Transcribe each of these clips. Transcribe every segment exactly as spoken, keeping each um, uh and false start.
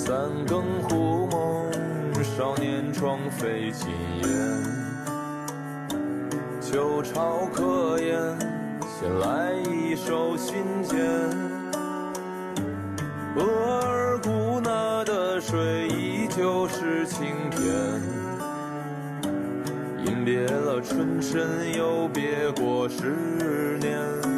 三更忽梦，少年窗飞尽烟。旧巢客宴，衔来一首信笺。额尔古纳的水依旧是晴天。饮别了春深，又别过十年。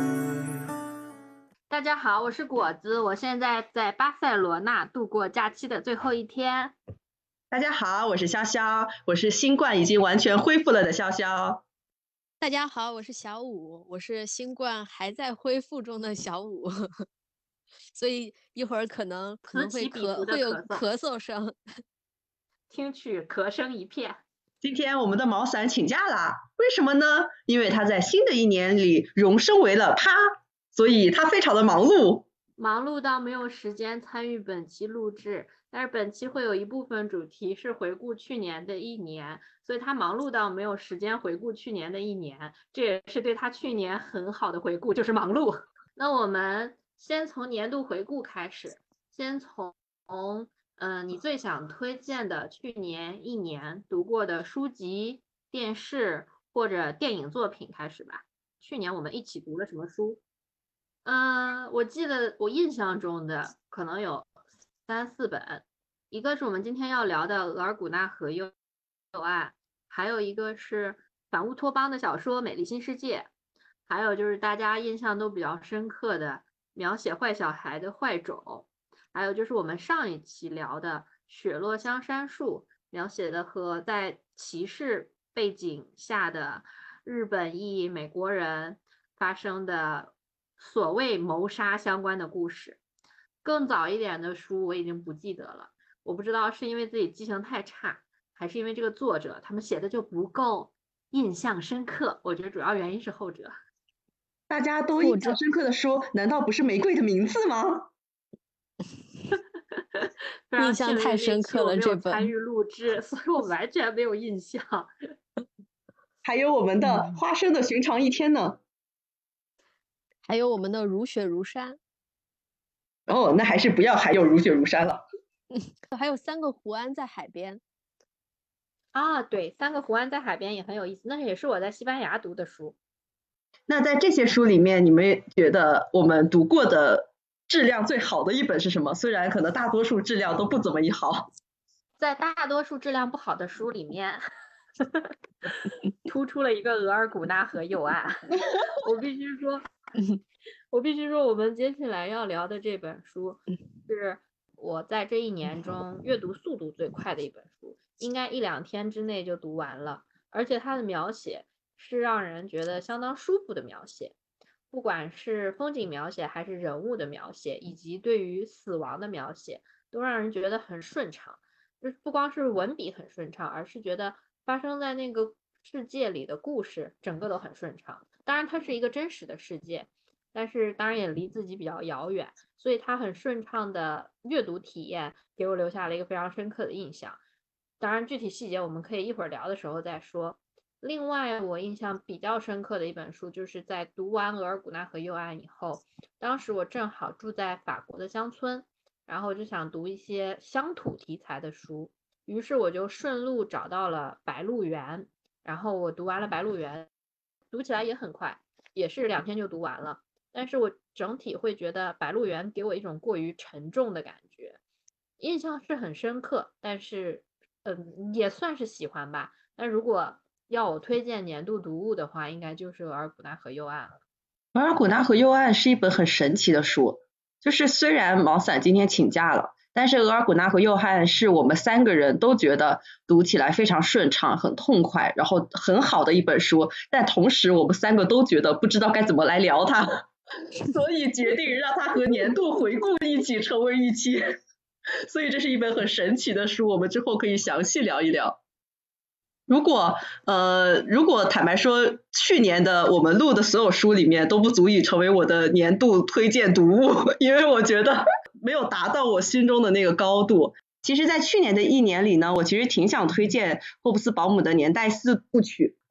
大家好，我是果子，我现在在巴塞罗那度过假期的最后一天。 大家好，我是潇潇，我是新冠已经完全恢复了的潇潇。 大家好，我是小五，我是新冠还在恢复中的小五，所以一会儿可能可能会咳会有咳嗽声， 听取咳声一片。 今天我们的毛伞请假啦，为什么呢？因为他在新的一年里荣升为了他，所以他非常的忙碌， 忙碌到没有时间参与本期录制。但是本期会有一部分主题是回顾去年的一年，所以他忙碌到没有时间回顾去年的一年，这也是对他去年很好的回顾，就是忙碌。那我们先从年度回顾开始，先从嗯、呃、你最想推荐的去年一年读过的书籍、电视或者电影作品开始吧。去年我们一起读了什么书？嗯、呃，我记得我印象中的可能有三四本，一个是我们今天要聊的额尔古纳河右岸，还有一个是反乌托邦的小说《美丽新世界》，还有就是大家印象都比较深刻的描写坏小孩的坏种，还有就是我们上一期聊的雪落香杉树，描写的和在歧视背景下的日本裔美国人发生的所谓谋杀相关的故事。更早一点的书我已经不记得了，我不知道是因为自己记性太差，还是因为这个作者他们写的就不够印象深刻，我觉得主要原因是后者。 大家都印象深刻的书难道不是玫瑰的名字吗？ 印象太深刻了，这本参与录制，所以我完全没有印象。 还有我们的花生的寻常一天呢， 还有我们的如雪如山。 哦，那还是不要还有如雪如山了。 还有三个湖岸在海边。 啊，对，三个湖岸在海边也很有意思，那也是我在西班牙读的书。 那在这些书里面，你们觉得我们读过的质量最好的一本是什么？虽然可能大多数质量都不怎么一好。 在大多数质量不好的书里面突出了一个额尔古纳河右岸。我必须说我必须说我们接下来要聊的这本书是我在这一年中阅读速度最快的一本书，应该一两天之内就读完了，而且它的描写是让人觉得相当舒服的描写，不管是风景描写还是人物的描写，以及对于死亡的描写，都让人觉得很顺畅。就是不光是文笔很顺畅，而是觉得发生在那个世界里的故事整个都很顺畅。当然它是一个真实的世界，但是当然也离自己比较遥远，所以它很顺畅的阅读体验给我留下了一个非常深刻的印象。当然具体细节我们可以一会儿聊的时候再说。另外我印象比较深刻的一本书，就是在读完额尔古纳河右岸以后，当时我正好住在法国的乡村，然后就想读一些乡土题材的书，于是我就顺路找到了白鹿原，然后我读完了白鹿原，读起来也很快，也是两天就读完了，但是我整体会觉得白鹿原给我一种过于沉重的感觉，印象是很深刻，但是嗯，也算是喜欢吧。那如果要我推荐年度读物的话，应该就是额尔古纳河右岸了。 额尔古纳河右岸是一本很神奇的书，就是虽然毛伞今天请假了，但是额尔古纳河右岸是我们三个人都觉得读起来非常顺畅，很痛快，然后很好的一本书，但同时我们三个都觉得不知道该怎么来聊它，所以决定让它和年度回顾一起成为一期。所以这是一本很神奇的书，我们之后可以详细聊一聊。如果呃，如果坦白说，去年的我们录的所有书里面都不足以成为我的年度推荐读物，因为我觉得没有达到我心中的那个高度。其实在去年的一年里呢，我其实挺想推荐霍布斯堡姆的年代四部曲，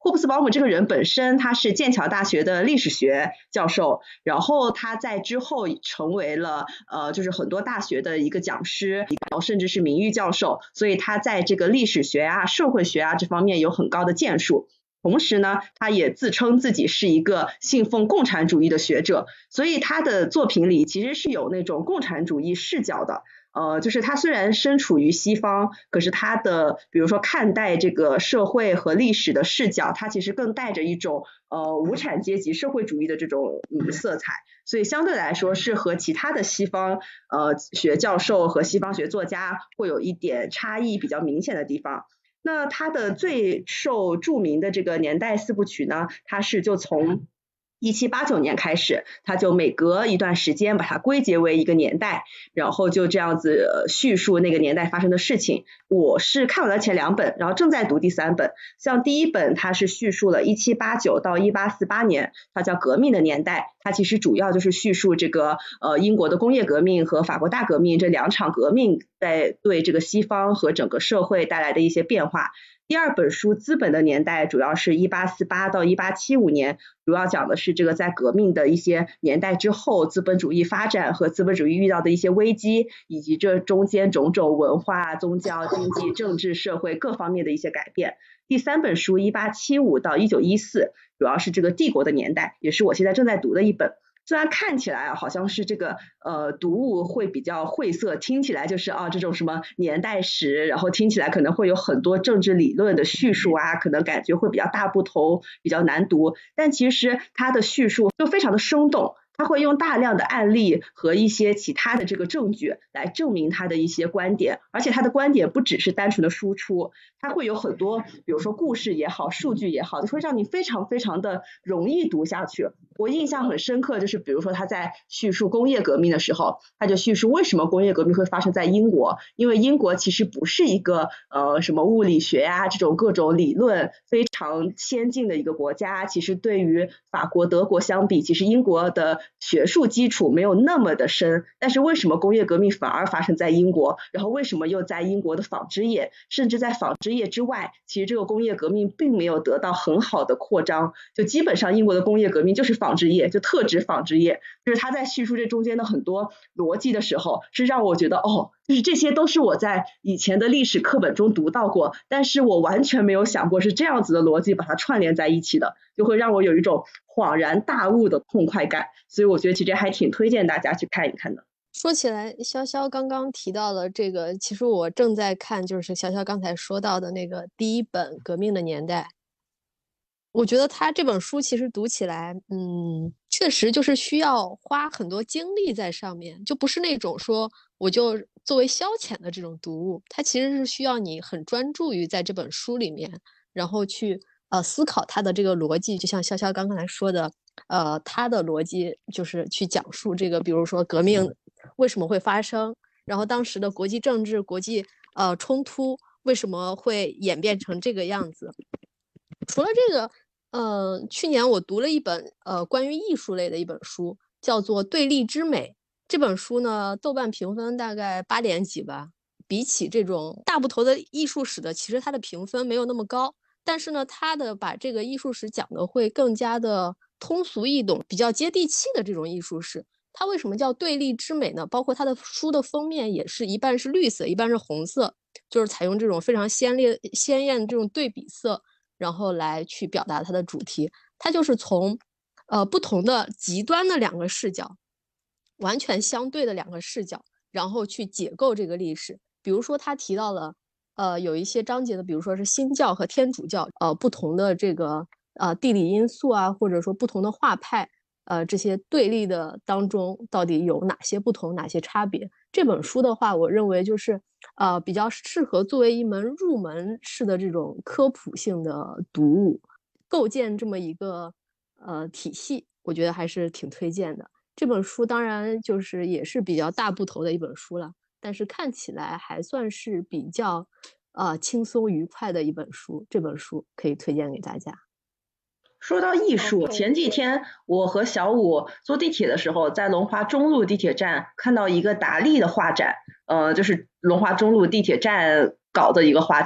霍布斯堡姆这个人本身他是剑桥大学的历史学教授，然后他在之后成为了呃就是很多大学的一个讲师，甚至是名誉教授，所以他在这个历史学啊社会学啊这方面有很高的建树。同时呢，他也自称自己是一个信奉共产主义的学者，所以他的作品里其实是有那种共产主义视角的。呃，就是他虽然身处于西方，可是他的比如说看待这个社会和历史的视角，他其实更带着一种呃无产阶级社会主义的这种嗯色彩，所以相对来说是和其他的西方呃学教授和西方学作家会有一点差异比较明显的地方。那他的最受著名的这个年代四部曲呢，他是就从一七八九年开始，他就每隔一段时间把它归结为一个年代，然后就这样子叙述那个年代发生的事情。我是看完了前两本，然后正在读第三本。像第一本它是叙述了一七八九到一八四八年，它叫革命的年代，它其实主要就是叙述这个呃英国的工业革命和法国大革命这两场革命在对这个西方和整个社会带来的一些变化。第二本书《资本的年代》主要是一八四八到一八七五年，主要讲的是这个在革命的一些年代之后，资本主义发展和资本主义遇到的一些危机，以及这中间种种文化、宗教、经济、政治、社会各方面的一些改变。第三本书一八七五到一九一四，主要是这个帝国的年代，也是我现在正在读的一本。虽然看起来啊好像是这个呃读物会比较晦涩，听起来就是啊这种什么年代史，然后听起来可能会有很多政治理论的叙述啊，可能感觉会比较大部头，比较难读，但其实它的叙述就非常的生动。他会用大量的案例和一些其他的这个证据来证明他的一些观点，而且他的观点不只是单纯的输出，他会有很多比如说故事也好，数据也好，就会让你非常非常的容易读下去。我印象很深刻，就是比如说他在叙述工业革命的时候，他就叙述为什么工业革命会发生在英国，因为英国其实不是一个呃什么物理学啊这种各种理论非常先进的一个国家，其实对于法国德国相比，其实英国的学术基础没有那么的深，但是为什么工业革命反而发生在英国，然后为什么又在英国的纺织业，甚至在纺织业之外，其实这个工业革命并没有得到很好的扩张，就基本上英国的工业革命就是纺织业，就特指纺织业。就是他在叙述这中间的很多逻辑的时候，是让我觉得哦，就是这些都是我在以前的历史课本中读到过，但是我完全没有想过是这样子的逻辑把它串联在一起的，就会让我有一种恍然大悟的痛快感，所以我觉得其实还挺推荐大家去看一看的。 说起来，潇潇刚刚提到了这个，其实我正在看，就是潇潇刚才说到的那个第一本《革命的年代》。我觉得他这本书其实读起来，嗯，确实就是需要花很多精力在上面，就不是那种说我就作为消遣的这种读物，它其实是需要你很专注于在这本书里面，然后去呃思考它的这个逻辑，就像潇潇刚才说的，呃，它的逻辑就是去讲述这个，比如说革命为什么会发生，然后当时的国际政治、国际呃冲突为什么会演变成这个样子。除了这个，呃，去年我读了一本呃关于艺术类的一本书，叫做《对立之美》。这本书呢，豆瓣评分大概八点几吧。比起这种大部头的艺术史的，其实它的评分没有那么高，但是呢，它的把这个艺术史讲的会更加的通俗易懂，比较接地气的这种艺术史。它为什么叫对立之美呢？包括它的书的封面也是一半是绿色，一半是红色，就是采用这种非常鲜烈、鲜艳的这种对比色。然后来去表达它的主题，它就是从呃不同的极端的两个视角，完全相对的两个视角，然后去解构这个历史。比如说他提到了呃有一些章节的，比如说是新教和天主教呃不同的这个呃地理因素啊，或者说不同的画派呃这些对立的当中到底有哪些不同，哪些差别。这本书的话，我认为就是呃比较适合作为一门入门式的这种科普性的读物，构建这么一个呃体系，我觉得还是挺推荐的。这本书当然就是也是比较大部头的一本书了，但是看起来还算是比较呃轻松愉快的一本书，这本书可以推荐给大家。 说到艺术，前几天我和小五坐地铁的时候，在龙华中路地铁站看到一个达利的画展，呃，就是龙华中路地铁站搞的一个画展。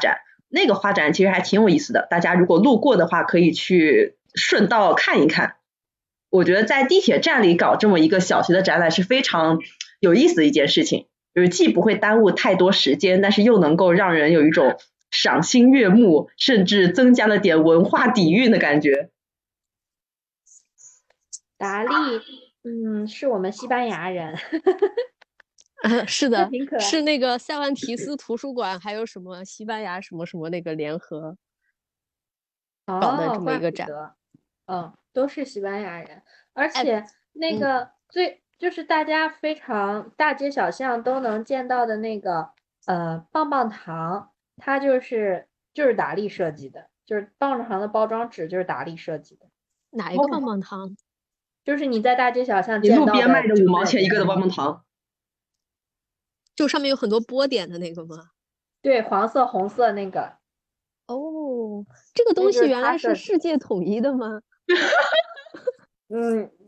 那个画展其实还挺有意思的，大家如果路过的话可以去顺道看一看。我觉得在地铁站里搞这么一个小型的展览是非常有意思的一件事情，就是既不会耽误太多时间，但是又能够让人有一种赏心悦目，甚至增加了点文化底蕴的感觉。 达利，嗯，是我们西班牙人。 啊，是的， 挺可爱是那个塞万提斯图书馆，还有什么西班牙什么什么那个联合搞的哦，怪这么一个展。 不得，嗯，都是西班牙人，而哎且那嗯个最就是大家非常大街小巷都能见到的那个呃棒棒糖，它就是就是达利设计的，就是棒棒糖的包装纸就是达利设计的， 哪一个棒棒糖？ 就是你在大街小巷你路见到的边卖的五毛所有钱一个的棒棒糖， 就上面有很多波点的那个吗？ 对，黄色、红色那个， 哦，这个东那就是西原来是他设计世界统一的吗？ 嗯，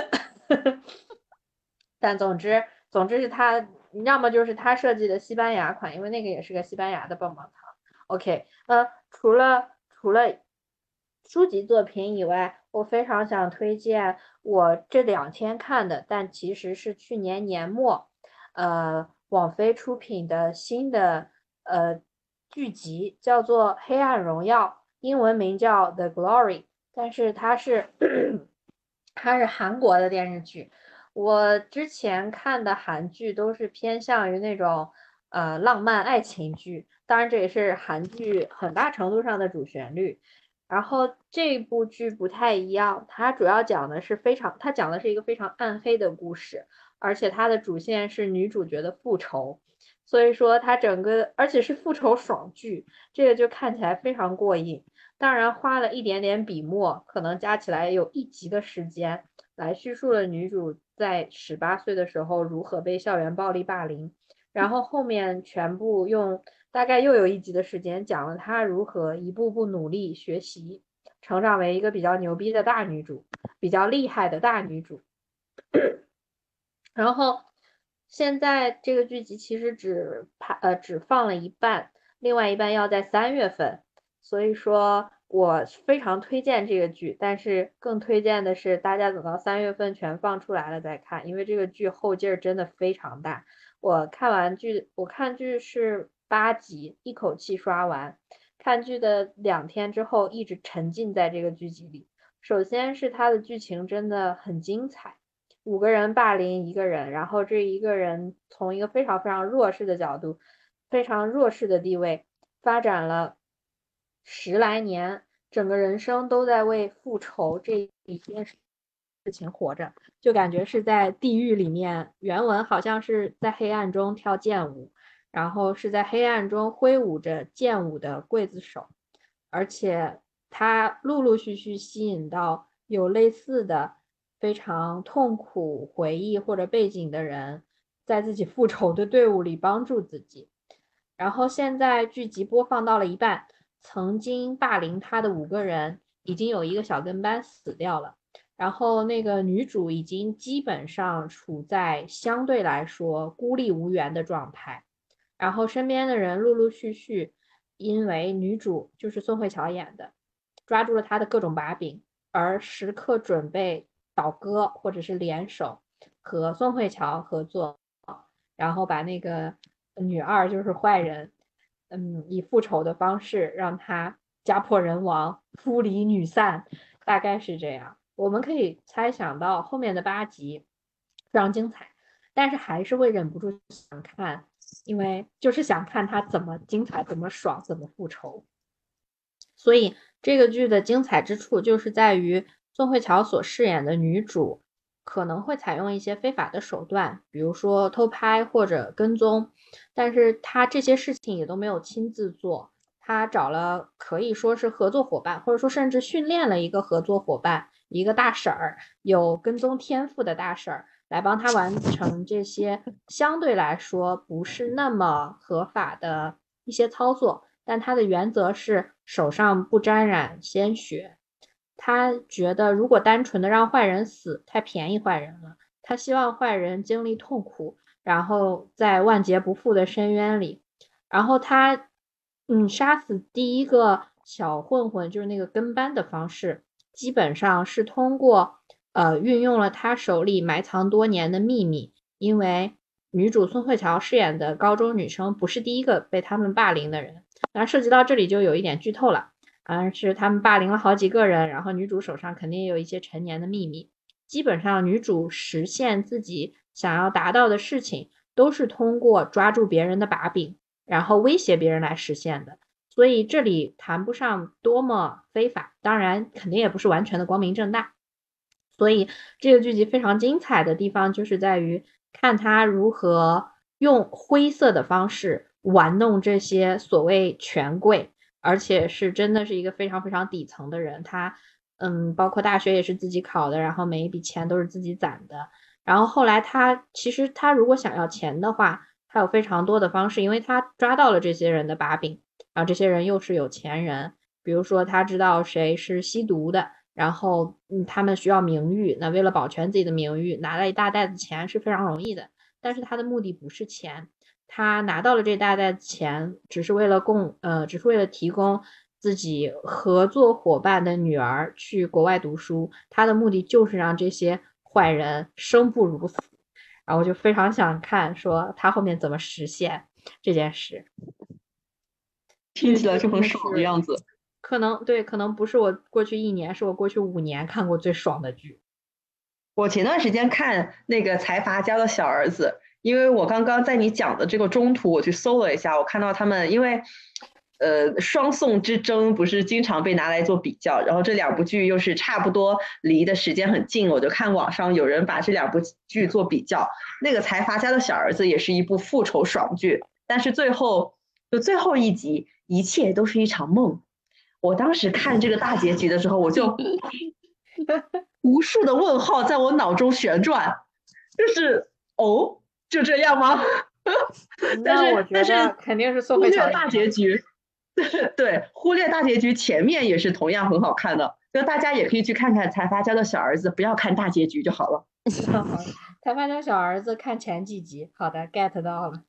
但总之，总之是他，要么就是他设计的西班牙款，因为那个也是个西班牙的棒棒糖。OK，呃，除了除了书籍作品以外，我非常想推荐我这两天看的，但其实是去年年末，呃，网飞出品的新的呃剧集，叫做《黑暗荣耀》，英文名叫《The Glory》，但是它是它是韩国的电视剧。我之前看的韩剧都是偏向于那种呃浪漫爱情剧，当然这也是韩剧很大程度上的主旋律。然后这部剧不太一样，它主要讲的是非常，它讲的是一个非常暗黑的故事，而且它的主线是女主角的复仇，所以说它整个而且是复仇爽剧，这个就看起来非常过瘾。当然花了一点点笔墨，可能加起来有一集的时间。来叙述了女主在十八岁的时候如何被校园暴力霸凌，然后后面全部用大概又有一集的时间讲了她如何一步步努力学习，成长为一个比较牛逼的大女主，比较厉害的大女主。然后现在这个剧集其实只拍呃只放了一半，另外一半要在三月份，所以说我非常推荐这个剧，但是更推荐的是大家等到三月份全放出来了再看，因为这个剧后劲儿真的非常大。我看完剧，我看剧是八集，一口气刷完。看剧的两天之后，一直沉浸在这个剧集里。首先是它的剧情真的很精彩，五个人霸凌一个人，然后这一个人从一个非常非常弱势的角度，非常弱势的地位，发展了十来年，整个人生都在为复仇这一件事情活着，就感觉是在地狱里面，原文好像是在黑暗中跳剑舞，然后是在黑暗中挥舞着剑舞的刽子手，而且他陆陆续续吸引到有类似的非常痛苦回忆或者背景的人，在自己复仇的队伍里帮助自己。然后现在剧集播放到了一半，曾经霸凌他的五个人已经有一个小跟班死掉了，然后那个女主已经基本上处在相对来说孤立无援的状态，然后身边的人陆陆续续因为女主就是宋慧乔演的，抓住了她的各种把柄，而时刻准备倒戈或者是联手和宋慧乔合作，然后把那个女二就是坏人，嗯，以复仇的方式让她家破人亡，夫离女散，大概是这样。我们可以猜想到后面的八集非常精彩，但是还是会忍不住想看，因为就是想看他怎么精彩、怎么爽、怎么复仇。所以这个剧的精彩之处就是在于宋慧乔所饰演的女主可能会采用一些非法的手段，比如说偷拍或者跟踪，但是她这些事情也都没有亲自做，她找了可以说是合作伙伴，或者说甚至训练了一个合作伙伴，一个大婶儿，有跟踪天赋的大婶儿，来帮她完成这些相对来说不是那么合法的一些操作，但他的原则是手上不沾染鲜血。他觉得如果单纯的让坏人死，太便宜坏人了。他希望坏人经历痛苦，然后在万劫不复的深渊里。然后他嗯，杀死第一个小混混就是那个跟班的方式，基本上是通过呃运用了他手里埋藏多年的秘密，因为女主孙慧乔饰演的高中女生不是第一个被他们霸凌的人，那涉及到这里就有一点剧透了，嗯，是他们霸凌了好几个人，然后女主手上肯定也有一些陈年的秘密，基本上女主实现自己想要达到的事情，都是通过抓住别人的把柄，然后威胁别人来实现的。所以这里谈不上多么非法，当然肯定也不是完全的光明正大。所以这个剧集非常精彩的地方就是在于看他如何用灰色的方式玩弄这些所谓权贵，而且是真的是一个非常非常底层的人，他嗯，包括大学也是自己考的，然后每一笔钱都是自己攒的，然后后来他其实他如果想要钱的话，他有非常多的方式，因为他抓到了这些人的把柄，然后这些人又是有钱人，比如说他知道谁是吸毒的，然后嗯，他们需要名誉，那为了保全自己的名誉，拿了一大袋子钱是非常容易的，但是他的目的不是钱，他拿到了这大袋子钱，只是为了供呃，只是为了提供自己合作伙伴的女儿去国外读书，他的目的就是让这些坏人生不如死。然后我就非常想看说他后面怎么实现这件事。 听起来就很爽的样子。 可能对，可能不是我过去一年，是我过去五年看过最爽的剧。 我前段时间看那个财阀家的小儿子，因为我刚刚在你讲的这个中途，我去搜了一下，我看到他们因为呃双宋之争不是经常被拿来做比较，然后这两部剧又是差不多离的时间很近，我就看网上有人把这两部剧做比较。那个财阀家的小儿子也是一部复仇爽剧，但是最后就最后一集一切都是一场梦。我当时看这个大结局的时候，我就无数的问号在我脑中旋转，就是哦，就这样吗？但是我觉得肯定是宋慧乔大结局，对对，忽略大结局前面也是同样很好看的，就大家也可以去看看财阀家的小儿子，不要看大结局就好了。 财阀家小儿子看前几集，好的 get 到了。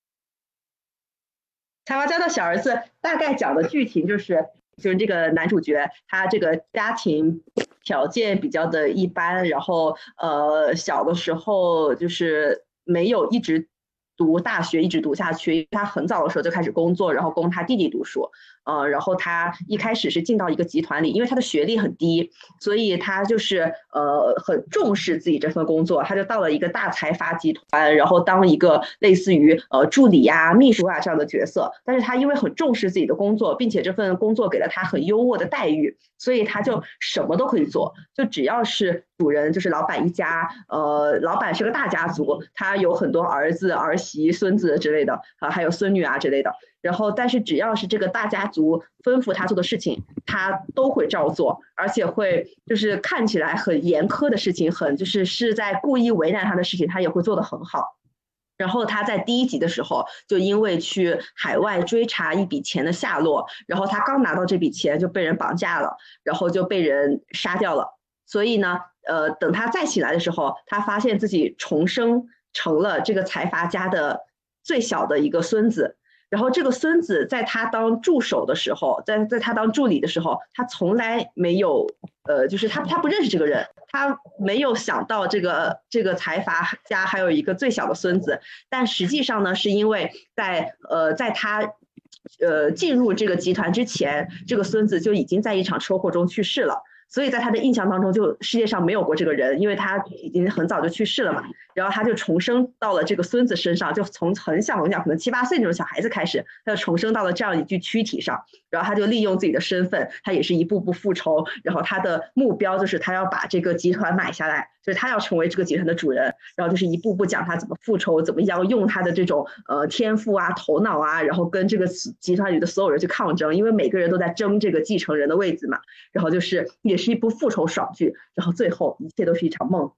财阀家的小儿子大概讲的剧情就是。就是这个男主角，他这个家庭条件比较的一般，然后呃小的时候就是没有一直读大学一直读下去，因为他很早的时候就开始工作，然后供他弟弟读书，呃，然后他一开始是进到一个集团里，因为他的学历很低，所以他就是呃很重视自己这份工作，他就到了一个大财阀集团，然后当一个类似于呃助理啊、秘书啊这样的角色。但是他因为很重视自己的工作，并且这份工作给了他很优渥的待遇，所以他就什么都可以做，就只要是主人，就是老板一家，呃，老板是个大家族，他有很多儿子、儿媳、孙子之类的啊，还有孙女啊之类的。然后，但是只要是这个大家族吩咐他做的事情，他都会照做，而且会就是看起来很严苛的事情，很就是是在故意为难他的事情，他也会做得很好。然后他在第一集的时候，就因为去海外追查一笔钱的下落，然后他刚拿到这笔钱就被人绑架了，然后就被人杀掉了。所以呢，呃，等他再醒来的时候，他发现自己重生成了这个财阀家的最小的一个孙子。然后这个孙子在他当助手的时候，在在他当助理的时候，他从来没有，呃，就是他他不认识这个人，他没有想到这个这个财阀家还有一个最小的孙子，但实际上呢，是因为在呃在他呃进入这个集团之前，这个孙子就已经在一场车祸中去世了。所以在他的印象当中，就世界上没有过这个人，因为他已经很早就去世了嘛。然后他就重生到了这个孙子身上，就从很小很小，可能七八岁那种小孩子开始，他就重生到了这样一具躯体上。然后他就利用自己的身份，他也是一步步复仇。然后他的目标就是他要把这个集团买下来，就是他要成为这个集团的主人。然后就是一步步讲他怎么复仇，怎么样用他的这种呃天赋啊、头脑啊，然后跟这个集团里的所有人去抗争，因为每个人都在争这个继承人的位置嘛。然后就是也是一部复仇爽剧，然后最后一切都是一场梦。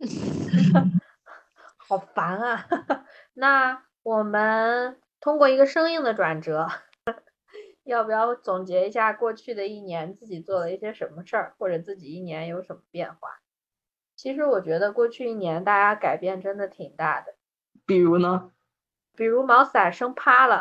好烦啊！那我们通过一个生硬的转折，要不要总结一下过去的一年自己做了一些什么事儿，或者自己一年有什么变化？其实我觉得过去一年大家改变真的挺大的。 比如呢？ 比如毛伞生趴了，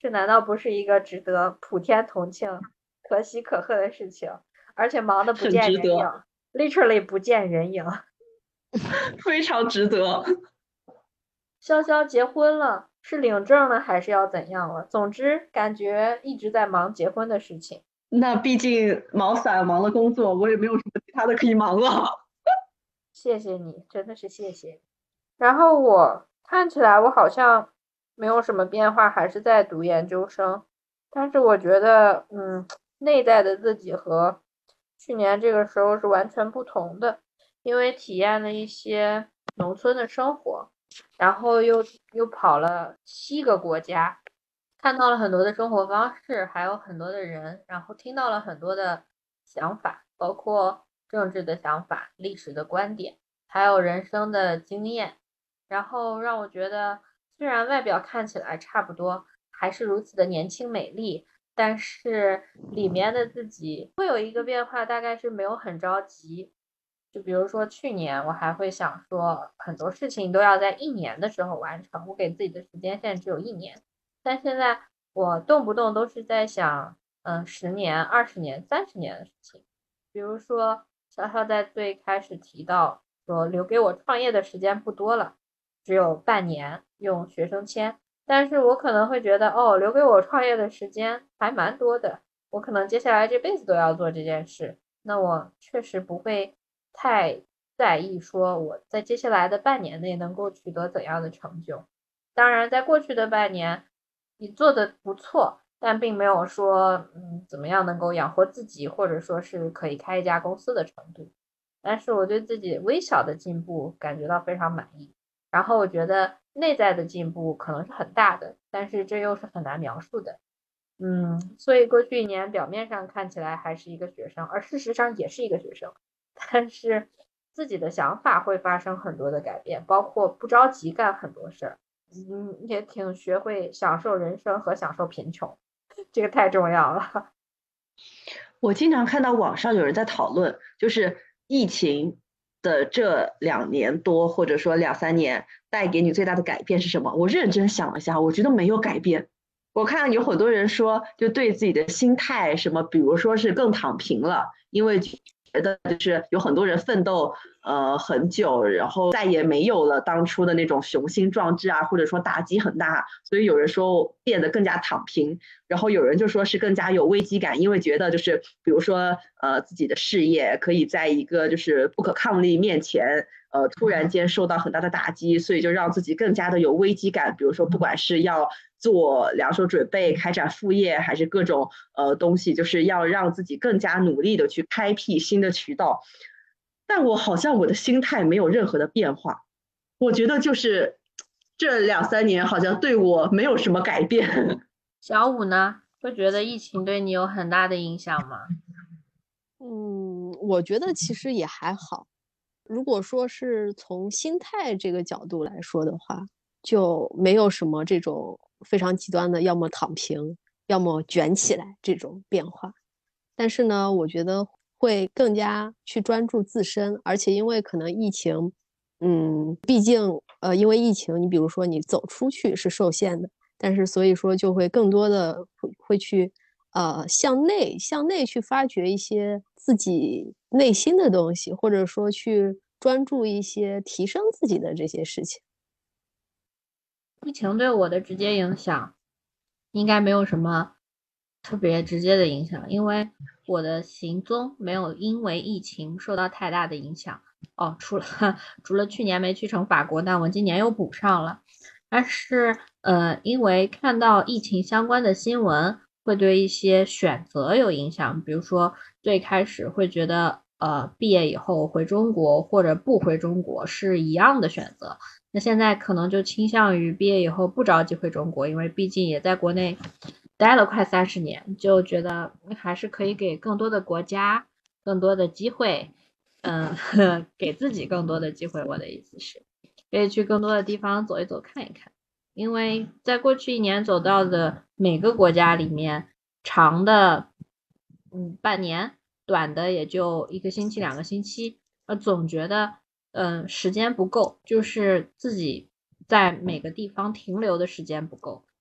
这难道不是一个值得普天同庆、可喜可贺的事情？而且忙得不见人影 ，literally 不见人影。 非常值得。 潇潇结婚了，是领证了还是要怎样了？总之，感觉一直在忙结婚的事情。 那毕竟毛伞忙了工作，我也没有什么其他的可以忙了。 谢谢你，真的是谢谢。然后我看起来我好像没有什么变化，还是在读研究生。但是我觉得，嗯，内在的自己和去年这个时候是完全不同的，因为体验了一些农村的生活，然后又又跑了七个国家，看到了很多的生活方式，还有很多的人，然后听到了很多的想法，包括政治的想法、历史的观点，还有人生的经验，然后让我觉得，虽然外表看起来差不多，还是如此的年轻美丽，但是里面的自己会有一个变化，大概是没有很着急。就比如说去年，我还会想说很多事情都要在一年的时候完成，我给自己的时间线只有一年。但现在我动不动都是在想，嗯，十年、二十年、三十年的事情。比如说，潇潇在最开始提到说，留给我创业的时间不多了，只有半年用学生签。但是我可能会觉得，哦，留给我创业的时间还蛮多的，我可能接下来这辈子都要做这件事。那我确实不会太在意说我在接下来的半年内能够取得怎样的成就。当然，在过去的半年，你做的不错，但并没有说，嗯，怎么样能够养活自己，或者说是可以开一家公司的程度。但是我对自己微小的进步感觉到非常满意。然后我觉得内在的进步可能是很大的，但是这又是很难描述的。嗯，所以过去一年表面上看起来还是一个学生，而事实上也是一个学生，但是自己的想法会发生很多的改变，包括不着急干很多事儿。嗯，也挺学会享受人生和享受贫穷，这个太重要了。 我经常看到网上有人在讨论，就是疫情的这两年多，或者说两三年带给你最大的改变是什么？我认真想了一下，我觉得没有改变。我看有很多人说，就对自己的心态什么，比如说是更躺平了，因为觉得就是有很多人奋斗呃很久，然后再也没有了当初的那种雄心壮志啊，或者说打击很大，所以有人说变得更加躺平，然后有人就说是更加有危机感，因为觉得就是比如说呃自己的事业可以在一个就是不可抗力面前呃突然间受到很大的打击，所以就让自己更加的有危机感，比如说不管是要做两手准备开展副业，还是各种呃东西，就是要让自己更加努力的去开辟新的渠道。但我好像我的心态没有任何的变化，我觉得就是这两三年好像对我没有什么改变。 小五呢，会觉得疫情对你有很大的影响吗？ 嗯，我觉得其实也还好。如果说是从心态这个角度来说的话，就没有什么这种非常极端的，要么躺平，要么卷起来这种变化。但是呢，我觉得会更加去专注自身，而且因为可能疫情，嗯，毕竟呃，因为疫情，你比如说你走出去是受限的，但是所以说就会更多的会会去呃向内向内去发掘一些自己内心的东西，或者说去专注一些提升自己的这些事情。 疫情对我的直接影响应该没有什么特别直接的影响，因为我的行踪没有因为疫情受到太大的影响。哦，除了除了去年没去成法国，但我今年又补上了。但是呃，因为看到疫情相关的新闻，会对一些选择有影响。比如说最开始会觉得呃毕业以后回中国或者不回中国是一样的选择，那现在可能就倾向于毕业以后不着急回中国，因为毕竟也在国内待了快三十年，就觉得还是可以给更多的国家更多的机会，嗯，给自己更多的机会。我的意思是可以去更多的地方走一走看一看，因为在过去一年走到的每个国家里面，长的嗯半年，短的也就一个星期两个星期，呃总觉得嗯、呃、时间不够，就是自己在每个地方停留的时间不够，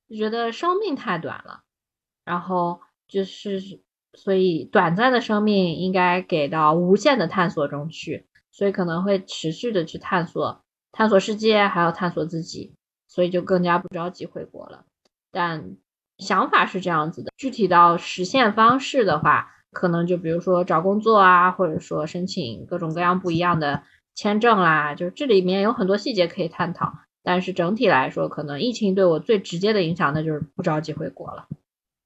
就觉得生命太短了，然后就是所以短暂的生命应该给到无限的探索中去，所以可能会持续的去探索探索世界，还有探索自己，所以就更加不着急回国了。但想法是这样子的，具体到实现方式的话，可能就比如说找工作啊，或者说申请各种各样不一样的签证啦，就这里面有很多细节可以探讨。但是整体来说，可能疫情对我最直接的影响，那就是不着急回国了。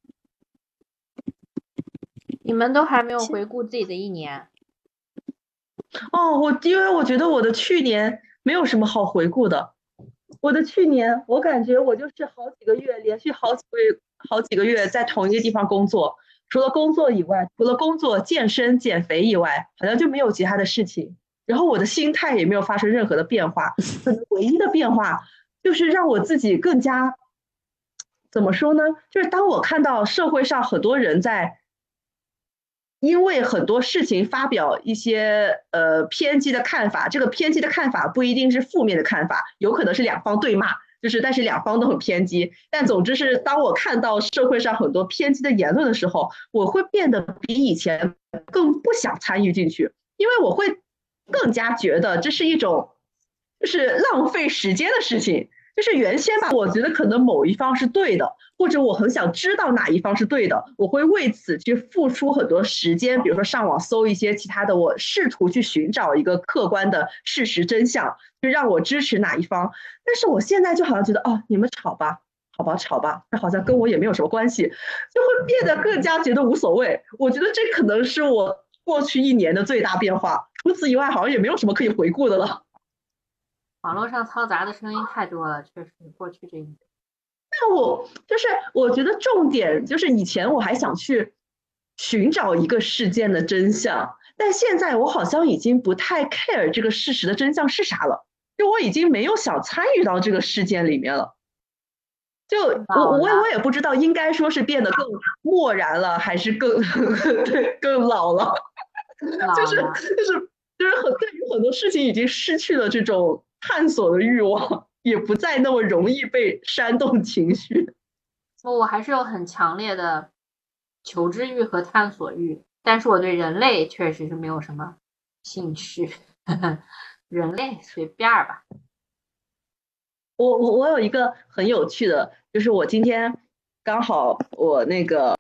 你们都还没有回顾自己的一年？ 哦，我因为我觉得我的去年没有什么好回顾的。我的去年，我感觉我就是好几个月，连续好几个月，好几个月在同一个地方工作。除了工作以外，除了工作、健身、减肥以外，好像就没有其他的事情。然后我的心态也没有发生任何的变化，可能唯一的变化就是让我自己更加，怎么说呢？就是当我看到社会上很多人在因为很多事情发表一些呃偏激的看法，这个偏激的看法不一定是负面的看法，有可能是两方对骂，就是但是两方都很偏激。但总之是，当我看到社会上很多偏激的言论的时候，我会变得比以前更不想参与进去，因为我会更加觉得这是一种就是浪费时间的事情。就是原先吧，我觉得可能某一方是对的，或者我很想知道哪一方是对的，我会为此去付出很多时间，比如说上网搜一些其他的，我试图去寻找一个客观的事实真相，就让我支持哪一方。但是我现在就好像觉得，哦，你们吵吧，好吧，吵吧，这好像跟我也没有什么关系，就会变得更加觉得无所谓。我觉得这可能是我过去一年的最大变化，除此以外好像也没有什么可以回顾的了。 网络上嘈杂的声音太多了，确实过去这一年。 但我就是我觉得重点就是以前我还想去寻找一个事件的真相，但现在我好像已经不太 care 这个事实的真相是啥了，就我已经没有想参与到这个事件里面了。就我我我也不知道应该说是变得更漠然了，还是更对更老了，就是就是就是很对于很多事情已经失去了这种探索的欲望，也不再那么容易被煽动情绪。 我还是有很强烈的求知欲和探索欲，但是我对人类确实是没有什么兴趣。人类随便吧。 我我我有一个很有趣的，就是我今天刚好我那个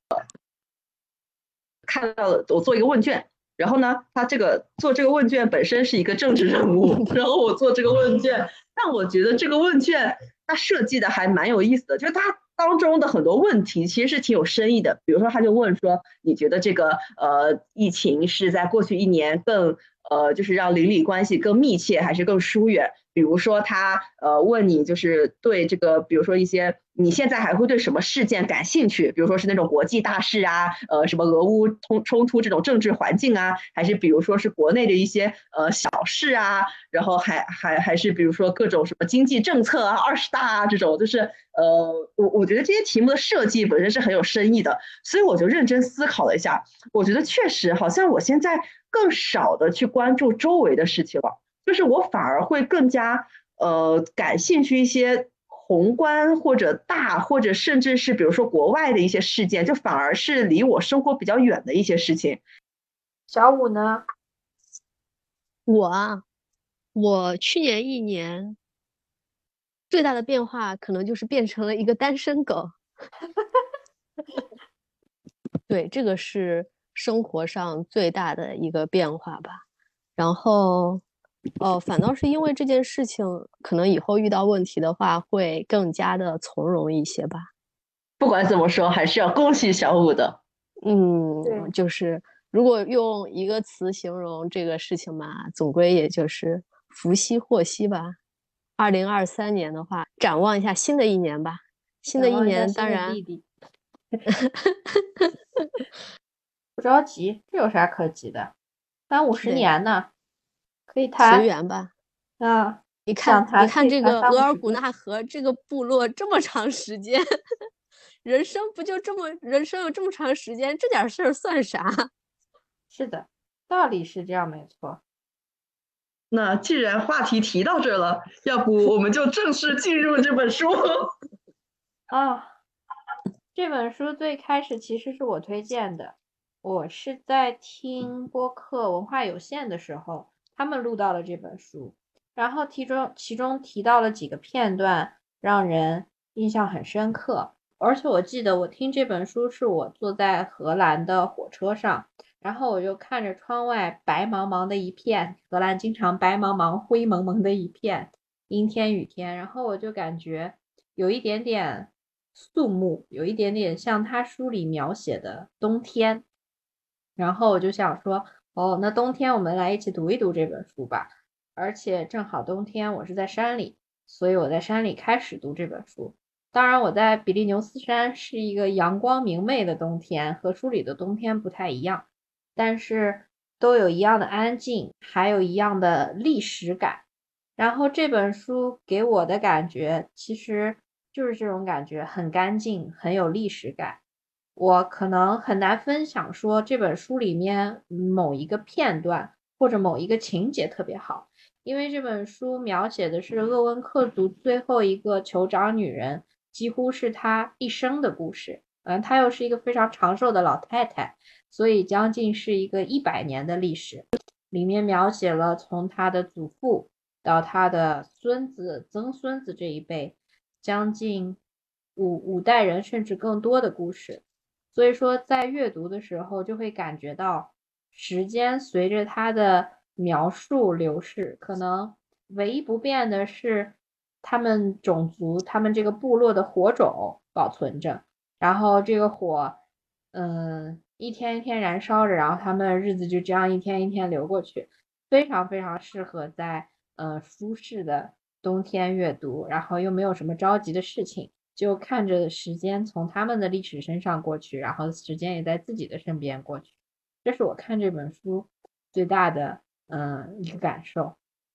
看到了，我做一个问卷。然后呢，他这个做这个问卷本身是一个政治人物，然后我做这个问卷，但我觉得这个问卷它设计的还蛮有意思的，就是它当中的很多问题其实是挺有深意的。比如说，他就问说，你觉得这个呃疫情是在过去一年更呃就是让邻里关系更密切，还是更疏远？比如说他呃问你就是对这个，比如说一些你现在还会对什么事件感兴趣？比如说是那种国际大事啊，呃什么俄乌冲冲突这种政治环境啊，还是比如说是国内的一些呃小事啊，然后还还还是比如说各种什么经济政策啊、二十大啊这种，就是呃我我觉得这些题目的设计本身是很有深意的，所以我就认真思考了一下，我觉得确实好像我现在更少的去关注周围的事情了。就是我反而会更加呃感兴趣一些宏观或者大或者甚至是比如说国外的一些事件，就反而是离我生活比较远的一些事情。 小五呢？ 我啊，我去年一年最大的变化可能就是变成了一个单身狗。对，这个是生活上最大的一个变化吧。然后哦，反倒是因为这件事情，可能以后遇到问题的话，会更加的从容一些吧。 不管怎么说，还是要恭喜小五的。 嗯，就是如果用一个词形容这个事情嘛，总归也就是福兮祸兮吧。二零二三年的话，展望一下新的一年吧。新的一年，当然弟弟不着急，这有啥可急的？三五十年呢，可以谈随缘吧。 啊， 你看，你看这个额尔古纳河这个部落这么长时间，人生不就这么，人生有这么长时间，这点事儿算啥？ 是的，道理是这样，没错。 那既然话题提到这儿了，要不我们就正式进入这本书。 啊，这本书最开始其实是我推荐的，我是在听播客文化有限的时候，他们录到了这本书，然后其中其中提到了几个片段，让人印象很深刻。而且我记得我听这本书是我坐在荷兰的火车上，然后我就看着窗外白茫茫的一片，荷兰经常白茫茫、灰蒙蒙的一片，阴天雨天，然后我就感觉有一点点肃穆，有一点点像他书里描写的冬天。然后我就想说，哦，那冬天我们来一起读一读这本书吧。而且正好冬天我是在山里，所以我在山里开始读这本书。当然，我在比利牛斯山是一个阳光明媚的冬天，和书里的冬天不太一样，但是都有一样的安静，还有一样的历史感。然后这本书给我的感觉其实就是这种感觉，很干净，很有历史感。我可能很难分享说这本书里面某一个片段或者某一个情节特别好，因为这本书描写的是鄂温克族最后一个酋长女人，几乎是她一生的故事。嗯，她又是一个非常长寿的老太太，所以将近是一个一百年的历史。里面描写了从她的祖父到她的孙子、曾孙子这一辈，将近五五代人甚至更多的故事。所以说在阅读的时候就会感觉到时间随着它的描述流逝，可能唯一不变的是他们种族他们这个部落的火种保存着，然后这个火嗯一天一天燃烧着，然后他们日子就这样一天一天流过去，非常非常适合在呃舒适的冬天阅读，然后又没有什么着急的事情，就看着时间从他们的历史身上过去，然后时间也在自己的身边过去。这是我看这本书最大的嗯一个感受。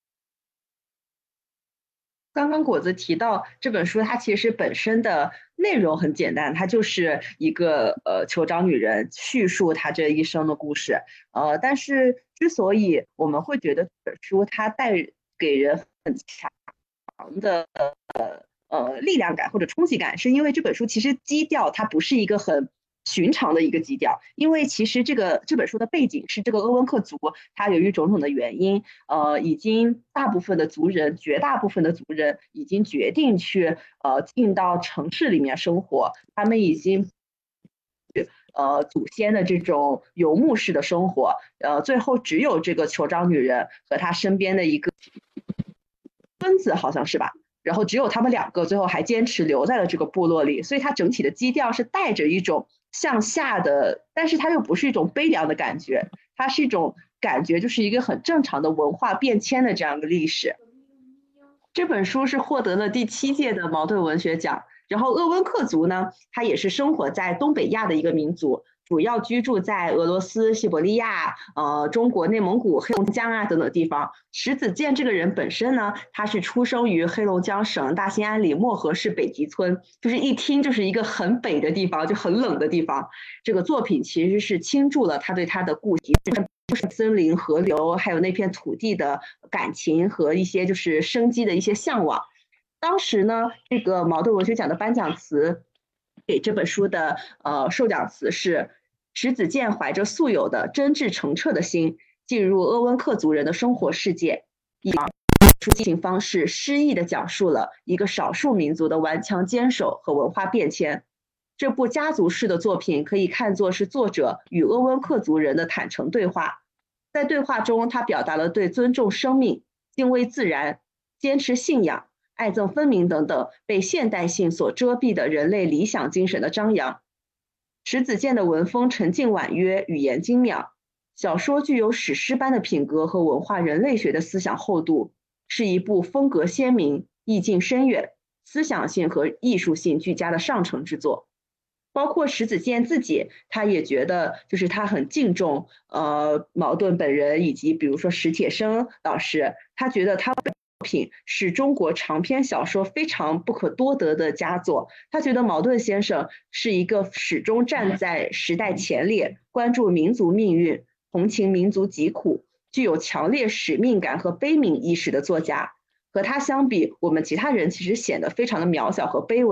刚刚果子提到这本书，它其实本身的内容很简单，它就是一个呃酋长女人叙述她这一生的故事。呃，但是之所以我们会觉得这本书它带给人很强的呃呃力量感或者冲击感，是因为这本书其实基调它不是一个很寻常的一个基调，因为其实这个这本书的背景是这个鄂温克族，它由于种种的原因，呃，已经大部分的族人，绝大部分的族人已经决定去呃进到城市里面生活，他们已经呃祖先的这种游牧式的生活，呃，最后只有这个酋长女人和她身边的一个孙子，好像是吧？然后只有他们两个最后还坚持留在了这个部落里，所以它整体的基调是带着一种向下的，但是它又不是一种悲凉的感觉，它是一种感觉，就是一个很正常的文化变迁的这样一个历史。这本书是获得了第七届的茅盾文学奖。然后鄂温克族呢，它也是生活在东北亚的一个民族，主要居住在俄罗斯、西伯利亚、呃中国内蒙古、黑龙江啊等等地方。石子健这个人本身呢，他是出生于黑龙江省大兴安岭漠河市北极村，就是一听就是一个很北的地方，就很冷的地方。这个作品其实是倾注了他对他的故乡，就是森林、河流，还有那片土地的感情和一些就是生机的一些向往。当时呢，这个茅盾文学奖的颁奖词给这本书的呃授奖词是：石子健怀着素有的真挚澄澈的心，进入鄂温克族人的生活世界，以抒情方式诗意地讲述了一个少数民族的顽强坚守和文化变迁。这部家族式的作品可以看作是作者与鄂温克族人的坦诚对话。在对话中，他表达了对尊重生命、敬畏自然、坚持信仰、爱憎分明等等被现代性所遮蔽的人类理想精神的张扬。石子健的文风沉静婉约，语言精妙，小说具有史诗般的品格和文化人类学的思想厚度，是一部风格鲜明、意境深远、思想性和艺术性俱佳的上乘之作。包括石子健自己，他也觉得就是他很敬重呃茅盾本人，以及比如说史铁生老师，他觉得他作品是中国长篇小说非常不可多得的佳作。他觉得茅盾先生是一个始终站在时代前列，关注民族命运、同情民族疾苦，具有强烈使命感和悲悯意识的作家。和他相比，我们其他人其实显得非常的渺小和卑微。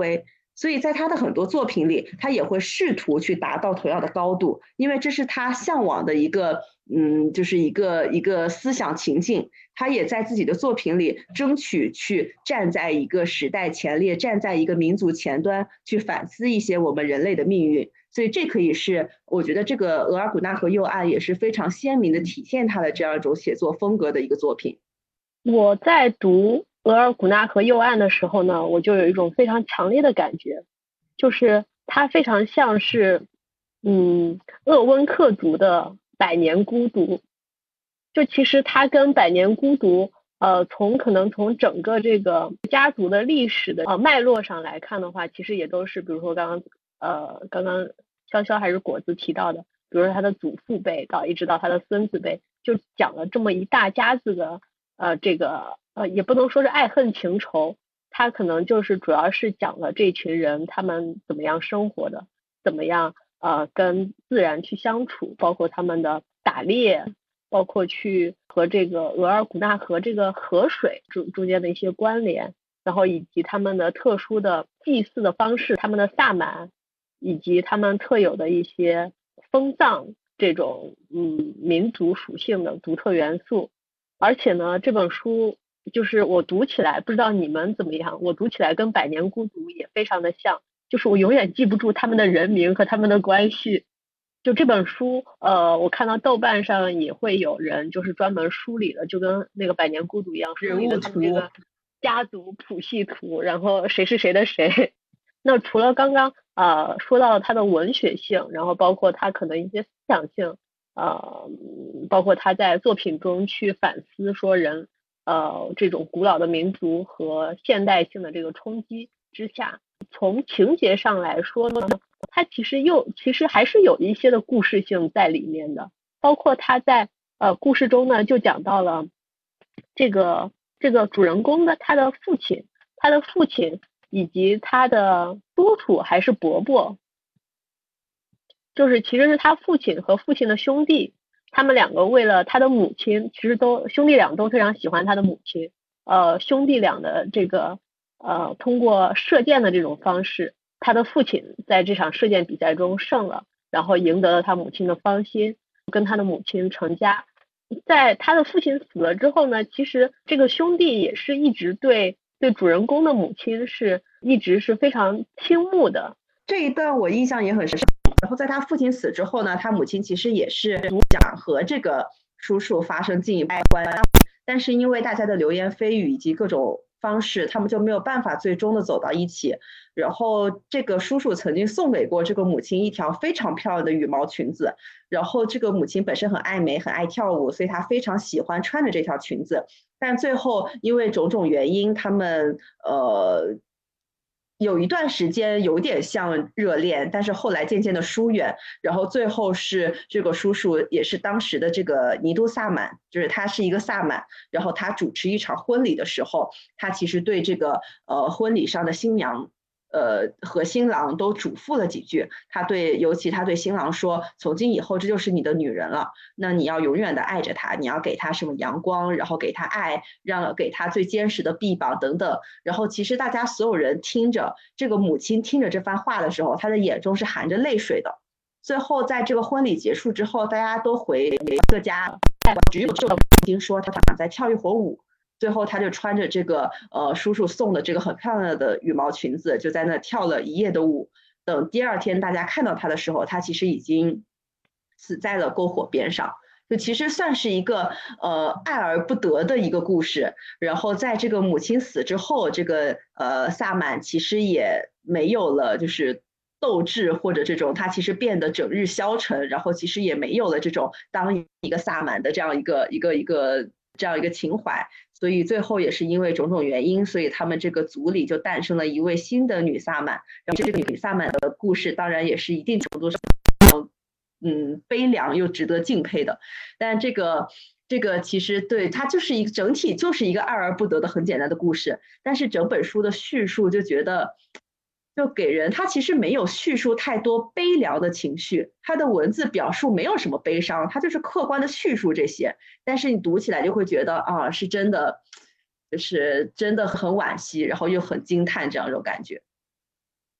所以在他的很多作品里，他也会试图去达到同样的高度，因为这是他向往的一个，嗯，就是一个一个思想情境。他也在自己的作品里争取去站在一个时代前列，站在一个民族前端，去反思一些我们人类的命运。所以这可以是，我觉得这个《额尔古纳河右岸》也是非常鲜明的体现他的这样一种写作风格的一个作品。 我在读额尔古纳河右岸的时候呢，我就有一种非常强烈的感觉，就是它非常像是嗯鄂温克族的百年孤独。就其实它跟百年孤独呃从可能从整个这个家族的历史的呃脉络上来看的话，其实也都是比如说刚刚呃刚刚潇潇还是果子提到的，比如说他的祖父辈到一直到他的孙子辈，就讲了这么一大家子的呃这个呃也不能说是爱恨情仇，他可能就是主要是讲了这群人他们怎么样生活的，怎么样呃跟自然去相处，包括他们的打猎，包括去和这个额尔古纳河这个河水中中间的一些关联，然后以及他们的特殊的祭祀的方式，他们的萨满，以及他们特有的一些风葬这种嗯民族属性的独特元素。而且呢，这本书就是我读起来，不知道你们怎么样，我读起来跟百年孤独也非常的像，就是我永远记不住他们的人名和他们的关系。就这本书呃我看到豆瓣上也会有人就是专门梳理了，就跟那个百年孤独一样，梳理了他们这个家族谱系图，然后谁是谁的谁。那除了刚刚呃说到它的文学性，然后包括它可能一些思想性，呃包括他在作品中去反思说人呃这种古老的民族和现代性的这个冲击之下，从情节上来说呢，它其实又其实还是有一些的故事性在里面的，包括他在呃故事中呢就讲到了这个这个主人公的他的父亲，他的父亲以及他的叔叔还是伯伯，就是其实是他父亲和父亲的兄弟，他们两个为了他的母亲，其实都兄弟俩都非常喜欢他的母亲，呃兄弟俩的这个呃通过射箭的这种方式，他的父亲在这场射箭比赛中胜了，然后赢得了他母亲的芳心，跟他的母亲成家。在他的父亲死了之后呢，其实这个兄弟也是一直对对主人公的母亲是一直是非常倾慕的。 这一段我印象也很深。然后在他父亲死之后呢，他母亲其实也是想和这个叔叔发生进一步关系，但是因为大家的流言蜚语以及各种方式，他们就没有办法最终的走到一起。然后这个叔叔曾经送给过这个母亲一条非常漂亮的羽毛裙子，然后这个母亲本身很爱美很爱跳舞，所以她非常喜欢穿着这条裙子，但最后因为种种原因，他们呃有一段时间有点像热恋，但是后来渐渐的疏远，然后最后是这个叔叔也是当时的这个尼都萨满，就是他是一个萨满，然后他主持一场婚礼的时候，他其实对这个呃婚礼上的新娘呃和新郎都嘱咐了几句，他对尤其他对新郎说，从今以后这就是你的女人了，那你要永远的爱着她，你要给她什么阳光，然后给她爱，让给她最坚实的臂膀等等。然后其实大家所有人听着这个母亲听着这番话的时候，她的眼中是含着泪水的。最后在这个婚礼结束之后，大家都回各家，只有这个母亲说她想再跳一会儿舞。最后他就穿着这个呃叔叔送的这个很漂亮的羽毛裙子，就在那跳了一夜的舞。等第二天大家看到他的时候，他其实已经死在了篝火边上。就其实算是一个呃爱而不得的一个故事。然后在这个母亲死之后，这个呃萨满其实也没有了就是斗志或者这种，他其实变得整日消沉，然后其实也没有了这种当一个萨满的这样一个一个一个这样一个情怀。所以最后也是因为种种原因，所以他们这个族里就诞生了一位新的女萨满。然后这个女萨满的故事当然也是一定程度上嗯悲凉又值得敬佩的。但这个这个其实对它就是一个整体就是一个爱而不得的很简单的故事，但是整本书的叙述就觉得就给人，它其实没有叙述太多悲凉的情绪，它的文字表述没有什么悲伤，它就是客观的叙述这些，但是你读起来就会觉得啊，是真的，就是真的很惋惜，然后又很惊叹这样一种感觉。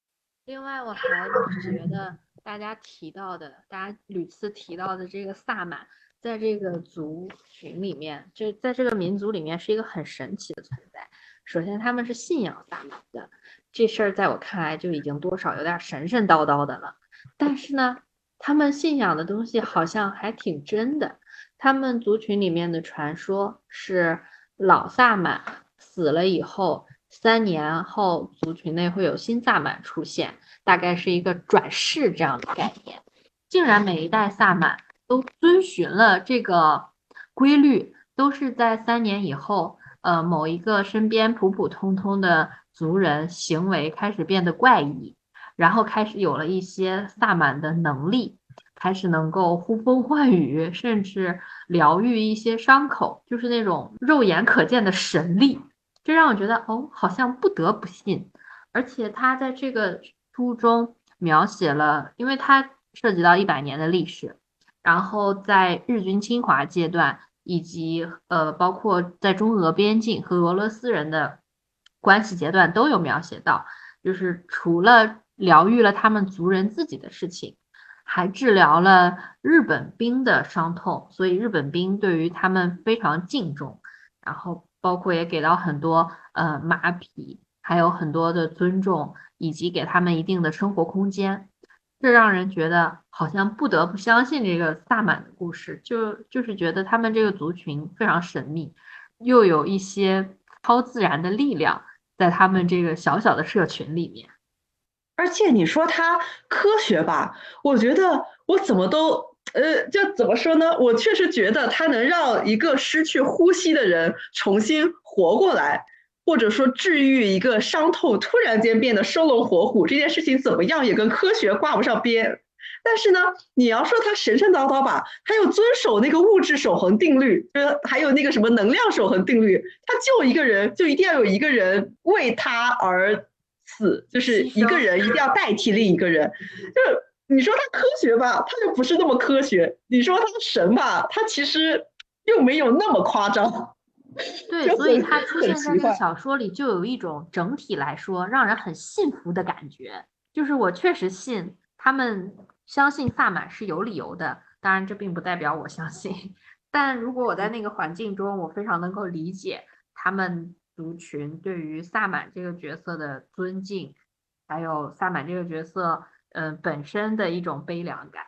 另外，我还觉得大家提到的，大家屡次提到的这个萨满，在这个族群里面，就在这个民族里面是一个很神奇的存在。首先，他们是信仰萨满的，这事儿在我看来就已经多少有点神神叨叨的了。但是呢，他们信仰的东西好像还挺真的。他们族群里面的传说是，老萨满死了以后，三年后族群内会有新萨满出现，大概是一个转世这样的概念。竟然每一代萨满都遵循了这个规律，都是在三年以后，呃，某一个身边普普通通的族人行为开始变得怪异，然后开始有了一些萨满的能力，开始能够呼风唤雨，甚至疗愈一些伤口，就是那种肉眼可见的神力。这让我觉得哦，好像不得不信。而且他在这个书中描写了，因为它涉及到一百年的历史，然后在日军侵华阶段，以及呃包括在中俄边境和俄罗斯人的关系阶段都有描写到，就是除了疗愈了他们族人自己的事情，还治疗了日本兵的伤痛，所以日本兵对于他们非常敬重，然后包括也给到很多呃马匹，还有很多的尊重，以及给他们一定的生活空间。这让人觉得好像不得不相信这个萨满的故事，就就是觉得他们这个族群非常神秘，又有一些超自然的力量在他们这个小小的社群里面。 而且你说它科学吧，我觉得我怎么都呃，就怎么说呢？我确实觉得它能让一个失去呼吸的人重新活过来，或者说治愈一个伤痛突然间变得生龙活虎，这件事情怎么样也跟科学挂不上边。但是呢，你要说它神神叨叨吧，它又遵守那个物质守恒定律，呃，还有那个什么能量守恒定律，它就一个人，就一定要有一个人为他而死，就是一个人一定要代替另一个人。就是你说它科学吧，它又不是那么科学；你说它神吧，它其实又没有那么夸张。 对，所以它出现在这个小说里，就有一种整体来说让人很信服的感觉。就是我确实信，他们相信萨满是有理由的。当然，这并不代表我相信。但如果我在那个环境中，我非常能够理解他们族群对于萨满这个角色的尊敬，还有萨满这个角色，嗯、呃，本身的一种悲凉感。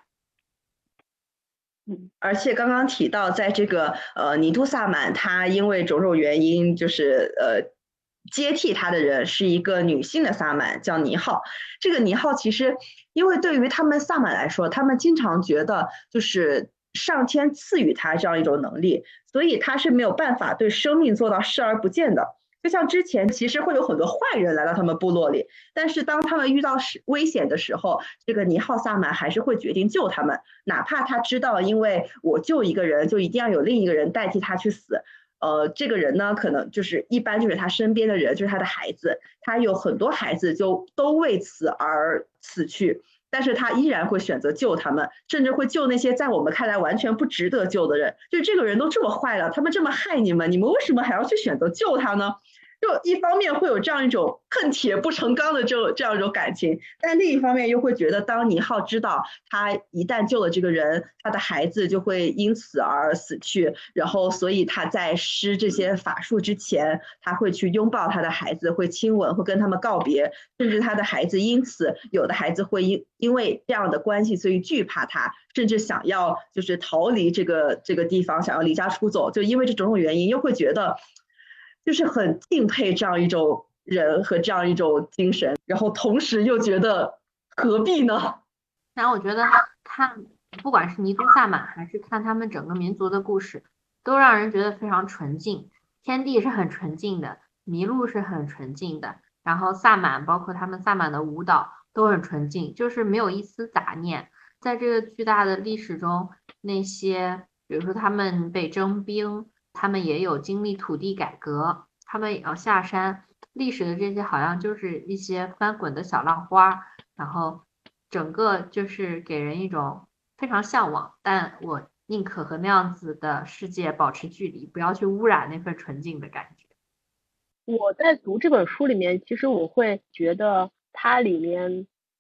嗯，而且刚刚提到，在这个呃尼都萨满，他因为种种原因，就是呃接替他的人是一个女性的萨满，叫尼浩。这个尼浩其实，因为对于他们萨满来说，他们经常觉得就是上天赐予他这样一种能力，所以他是没有办法对生命做到视而不见的。就像之前其实会有很多坏人来到他们部落里，但是当他们遇到危险的时候，这个尼浩萨满还是会决定救他们，哪怕他知道因为我救一个人就一定要有另一个人代替他去死。呃，这个人呢，可能就是一般就是他身边的人，就是他的孩子，他有很多孩子就都为此而死去，但是他依然会选择救他们，甚至会救那些在我们看来完全不值得救的人。就这个人都这么坏了，他们这么害你们，你们为什么还要去选择救他呢？就一方面会有这样一种恨铁不成钢的这这样一种感情，但另一方面又会觉得，当尼浩知道他一旦救了这个人，他的孩子就会因此而死去，然后所以他在施这些法术之前，他会去拥抱他的孩子，会亲吻，会跟他们告别，甚至他的孩子因此，有的孩子会因因为这样的关系，所以惧怕他，甚至想要就是逃离这个这个地方，想要离家出走，就因为这种种原因，又会觉得。就是很敬佩这样一种人和这样一种精神，然后同时又觉得何必呢？ 然后我觉得看不管是尼都萨满还是看他们整个民族的故事，都让人觉得非常纯净。天地是很纯净的，麋鹿是很纯净的，然后萨满包括他们萨满的舞蹈都很纯净，就是没有一丝杂念。在这个巨大的历史中，那些比如说他们被征兵，他们也有经历土地改革，他们也要下山，历史的这些好像就是一些翻滚的小浪花，然后整个就是给人一种非常向往，但我宁可和那样子的世界保持距离，不要去污染那份纯净的感觉。 我在读这本书里面，其实我会觉得它里面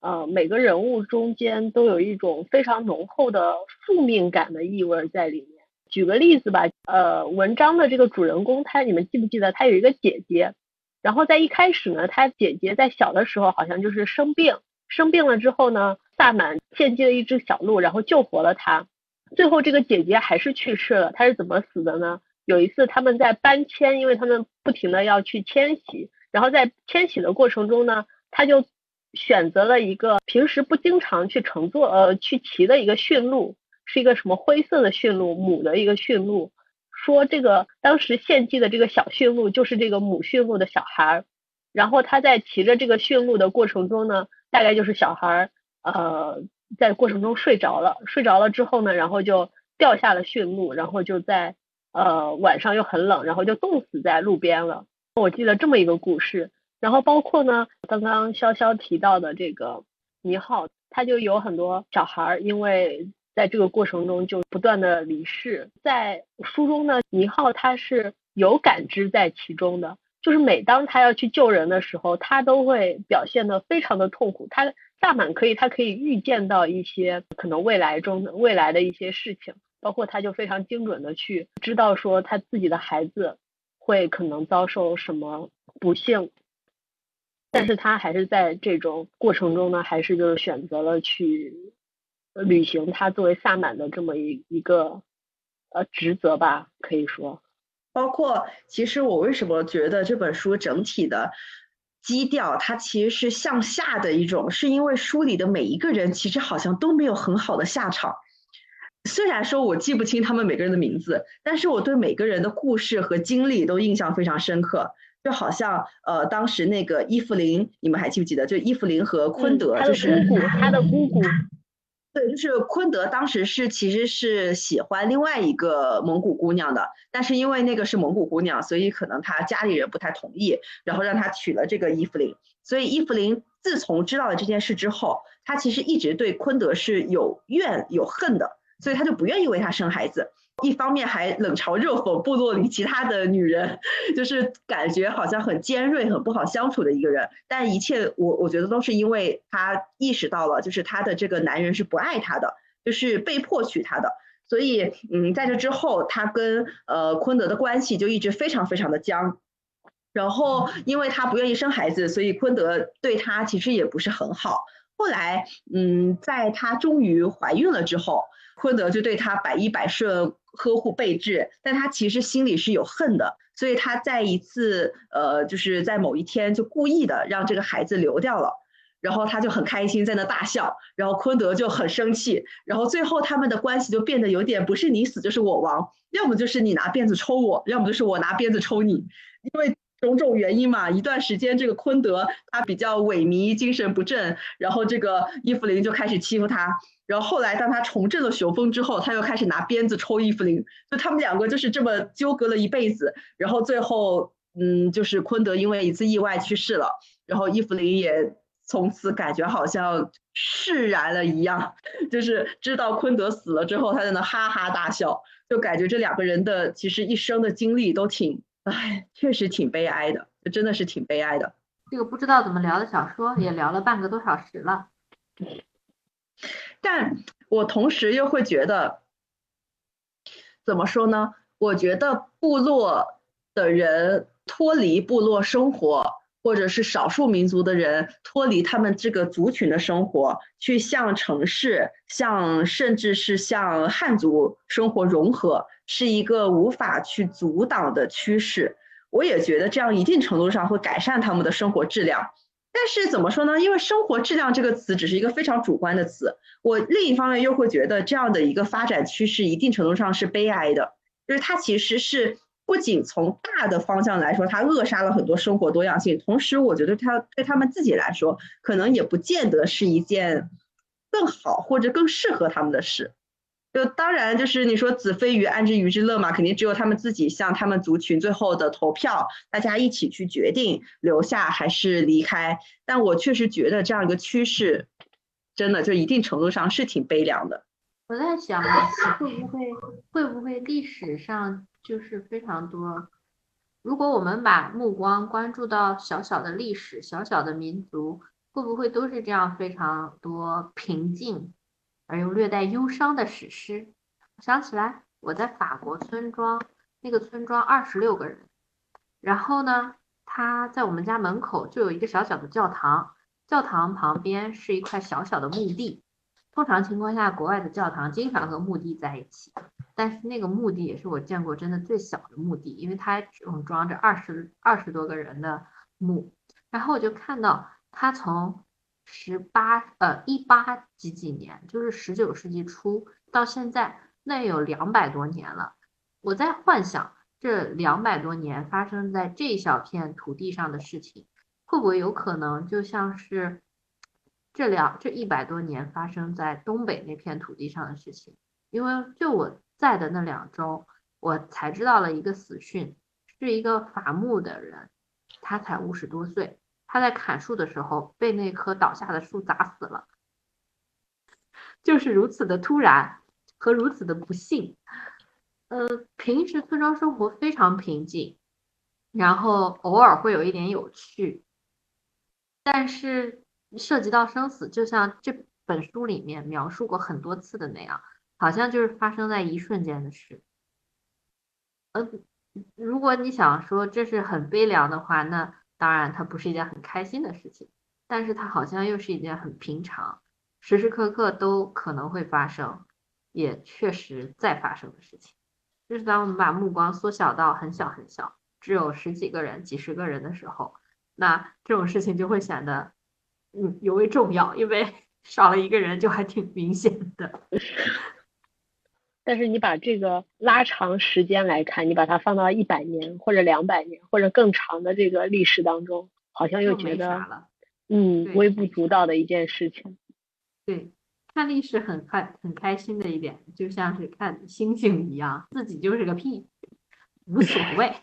呃每个人物中间都有一种非常浓厚的宿命感的意味在里面。举个例子吧，呃，文章的这个主人公他，你们记不记得他有一个姐姐？然后在一开始呢，他姐姐在小的时候好像就是生病，生病了之后呢，萨满献祭了一只小鹿，然后救活了他。最后这个姐姐还是去世了，她是怎么死的呢？有一次他们在搬迁，因为他们不停的要去迁徙，然后在迁徙的过程中呢，他就选择了一个平时不经常去乘坐呃去骑的一个驯鹿，是一个什么灰色的驯鹿，母的一个驯鹿。说这个当时献祭的这个小驯鹿就是这个母驯鹿的小孩，然后他在骑着这个驯鹿的过程中呢，大概就是小孩呃在过程中睡着了，睡着了之后呢，然后就掉下了驯鹿，然后就在呃晚上又很冷，然后就冻死在路边了。我记得这么一个故事。然后包括呢，刚刚潇潇提到的这个倪浩，他就有很多小孩因为在这个过程中就不断的离世。在书中呢，倪浩他是有感知在其中的，就是每当他要去救人的时候，他都会表现得非常的痛苦。他萨满可以，他可以预见到一些可能未来中未来的一些事情，包括他就非常精准的去知道说他自己的孩子会可能遭受什么不幸，但是他还是在这种过程中呢，还是就是选择了去履行他作为萨满的这么一一个呃职责吧，可以说。 包括其实我为什么觉得这本书整体的基调它其实是向下的一种，是因为书里的每一个人其实好像都没有很好的下场。虽然说我记不清他们每个人的名字，但是我对每个人的故事和经历都印象非常深刻。就好像呃，当时那个伊芙琳，你们还记不记得？就伊芙琳和昆德， 嗯、 就是他的姑姑，他的姑姑。 对，就是昆德当时是其实是喜欢另外一个蒙古姑娘的，但是因为那个是蒙古姑娘，所以可能他家里人不太同意，然后让他娶了这个伊芙琳。所以伊芙琳自从知道了这件事之后，他其实一直对昆德是有怨有恨的，所以他就不愿意为他生孩子。一方面还冷嘲热讽部落里其他的女人，就是感觉好像很尖锐很不好相处的一个人，但一切我我觉得都是因为他意识到了就是他的这个男人是不爱他的，就是被迫娶她的，所以嗯，在这之后他跟呃昆德的关系就一直非常非常的僵。然后因为他不愿意生孩子，所以昆德对他其实也不是很好。后来嗯，在他终于怀孕了之后，昆德就对他百依百顺呵护备至，但他其实心里是有恨的，所以他在一次呃就是在某一天就故意的让这个孩子流掉了，然后他就很开心在那大笑，然后昆德就很生气，然后最后他们的关系就变得有点不是你死就是我亡，要么就是你拿鞭子抽我，要么就是我拿鞭子抽你，因为种种原因嘛，一段时间这个昆德他比较萎靡精神不振，然后这个伊芙琳就开始欺负他，然后后来当他重振了雄风之后，他又开始拿鞭子抽伊芙琳，就他们两个就是这么纠葛了一辈子，然后最后嗯，就是昆德因为一次意外去世了，然后伊芙琳也从此感觉好像释然了一样，就是知道昆德死了之后，他在那哈哈大笑，就感觉这两个人的其实一生的经历都挺，唉，确实挺悲哀的，就真的是挺悲哀的。 这个不知道怎么聊的小说也聊了半个多小时了， 但我同时又会觉得，怎么说呢？我觉得部落的人脱离部落生活，或者是少数民族的人脱离他们这个族群的生活，去向城市，向甚至是向汉族生活融合，是一个无法去阻挡的趋势。我也觉得这样一定程度上会改善他们的生活质量。但是怎么说呢？因为生活质量这个词只是一个非常主观的词，我另一方面又会觉得这样的一个发展趋势一定程度上是悲哀的，就是它其实是不仅从大的方向来说，它扼杀了很多生活多样性，同时我觉得它对他们自己来说，可能也不见得是一件更好或者更适合他们的事。就当然就是你说子非鱼安知鱼之乐嘛，肯定只有他们自己向他们族群最后的投票，大家一起去决定留下还是离开。但我确实觉得这样一个趋势真的就一定程度上是挺悲凉的。 我在想会不会会不会历史上就是非常多，如果我们把目光关注到小小的历史小小的民族， 会不会都是这样非常多平静而又略带忧伤的史诗？我想起来，我在法国村庄，那个村庄二十六个人，然后呢，他在我们家门口就有一个小小的教堂，教堂旁边是一块小小的墓地。通常情况下，国外的教堂经常和墓地在一起，但是那个墓地也是我见过真的最小的墓地，因为它只能装着二十二十多个人的墓。然后我就看到他从十八呃一八几几年，就是十九世纪初到现在，那有两百多年了。我在幻想这两百多年发生在这一小片土地上的事情，会不会有可能就像是这两这一百多年发生在东北那片土地上的事情？因为就我在的那两周，我才知道了一个死讯，是一个伐木的人，他才五十多岁，他在砍树的时候被那棵倒下的树砸死了，就是如此的突然和如此的不幸。呃，平时村庄生活非常平静，然后偶尔会有一点有趣，但是涉及到生死，就像这本书里面描述过很多次的那样，好像就是发生在一瞬间的事。呃，如果你想说这是很悲凉的话，那当然它不是一件很开心的事情，但是它好像又是一件很平常，时时刻刻都可能会发生，也确实在发生的事情。就是当我们把目光缩小到很小很小，只有十几个人、几十个人的时候，那这种事情就会显得嗯尤为重要，因为少了一个人就还挺明显的。 但是你把这个拉长时间来看，你把它放到一百年或者两百年或者更长的这个历史当中，好像又觉得嗯微不足道的一件事情。 对，看历史很开很开心的一点，就像是看星星一样，自己就是个屁，无所谓。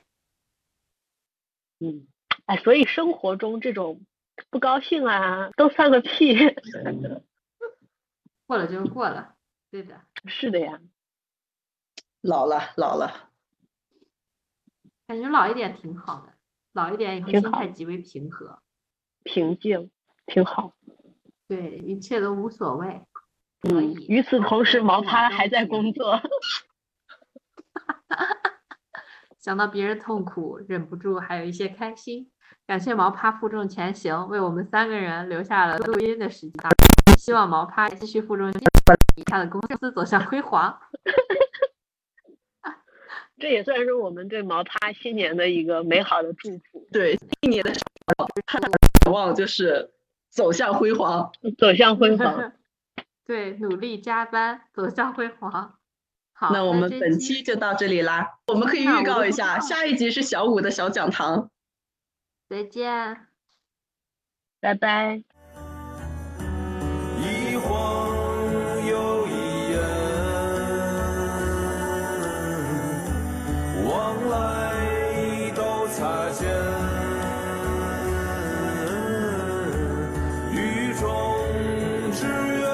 嗯，哎，所以生活中这种不高兴啊，都算个屁。 过了就是过了，对的。 是的呀。 老了老了， 感觉老一点挺好的，老一点以后心态极为平和， 平静，挺好。 对，一切都无所谓。 嗯，与此同时，毛趴还在工作。 想到别人痛苦，忍不住还有一些开心。感谢毛趴负重前行，为我们三个人留下了录音的时间。希望毛趴继续负重前行，他的公司走向辉煌。 这也算是我们对毛趴新年的一个美好的祝福。 对，一年的盼望就是走向辉煌， 走向辉煌。 对，努力加班，走向辉煌。好， 那我们本期就到这里啦。我们可以预告一下，下一集是小五的小讲堂。 再见， 拜拜。 一晃又一眼，往来都擦肩，雨中只愿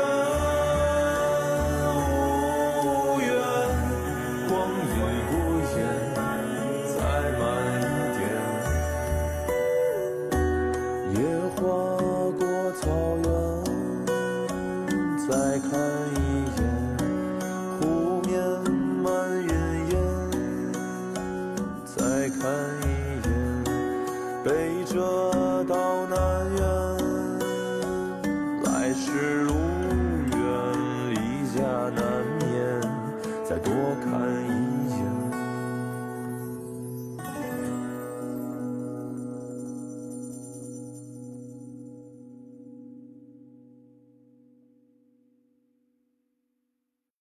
无缘，光阴不言，再慢一点，也划过草原，再看一